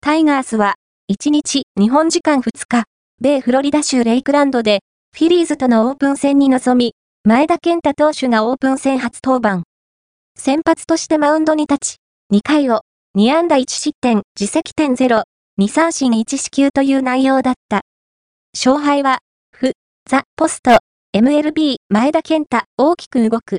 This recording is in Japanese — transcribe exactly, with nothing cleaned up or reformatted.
タイガースはいちにち日本時間ふつか、米フロリダ州レイクランドでフィリーズとのオープン戦に臨み、前田健太投手がオープン戦初登板。先発としてマウンドに立ち、にかいをに安打いち失点、自責点ゼロ、に三振いち四球という内容だった。勝敗は、フ、ザ・ポスト、エムエルビー、前田健太、大きく動く。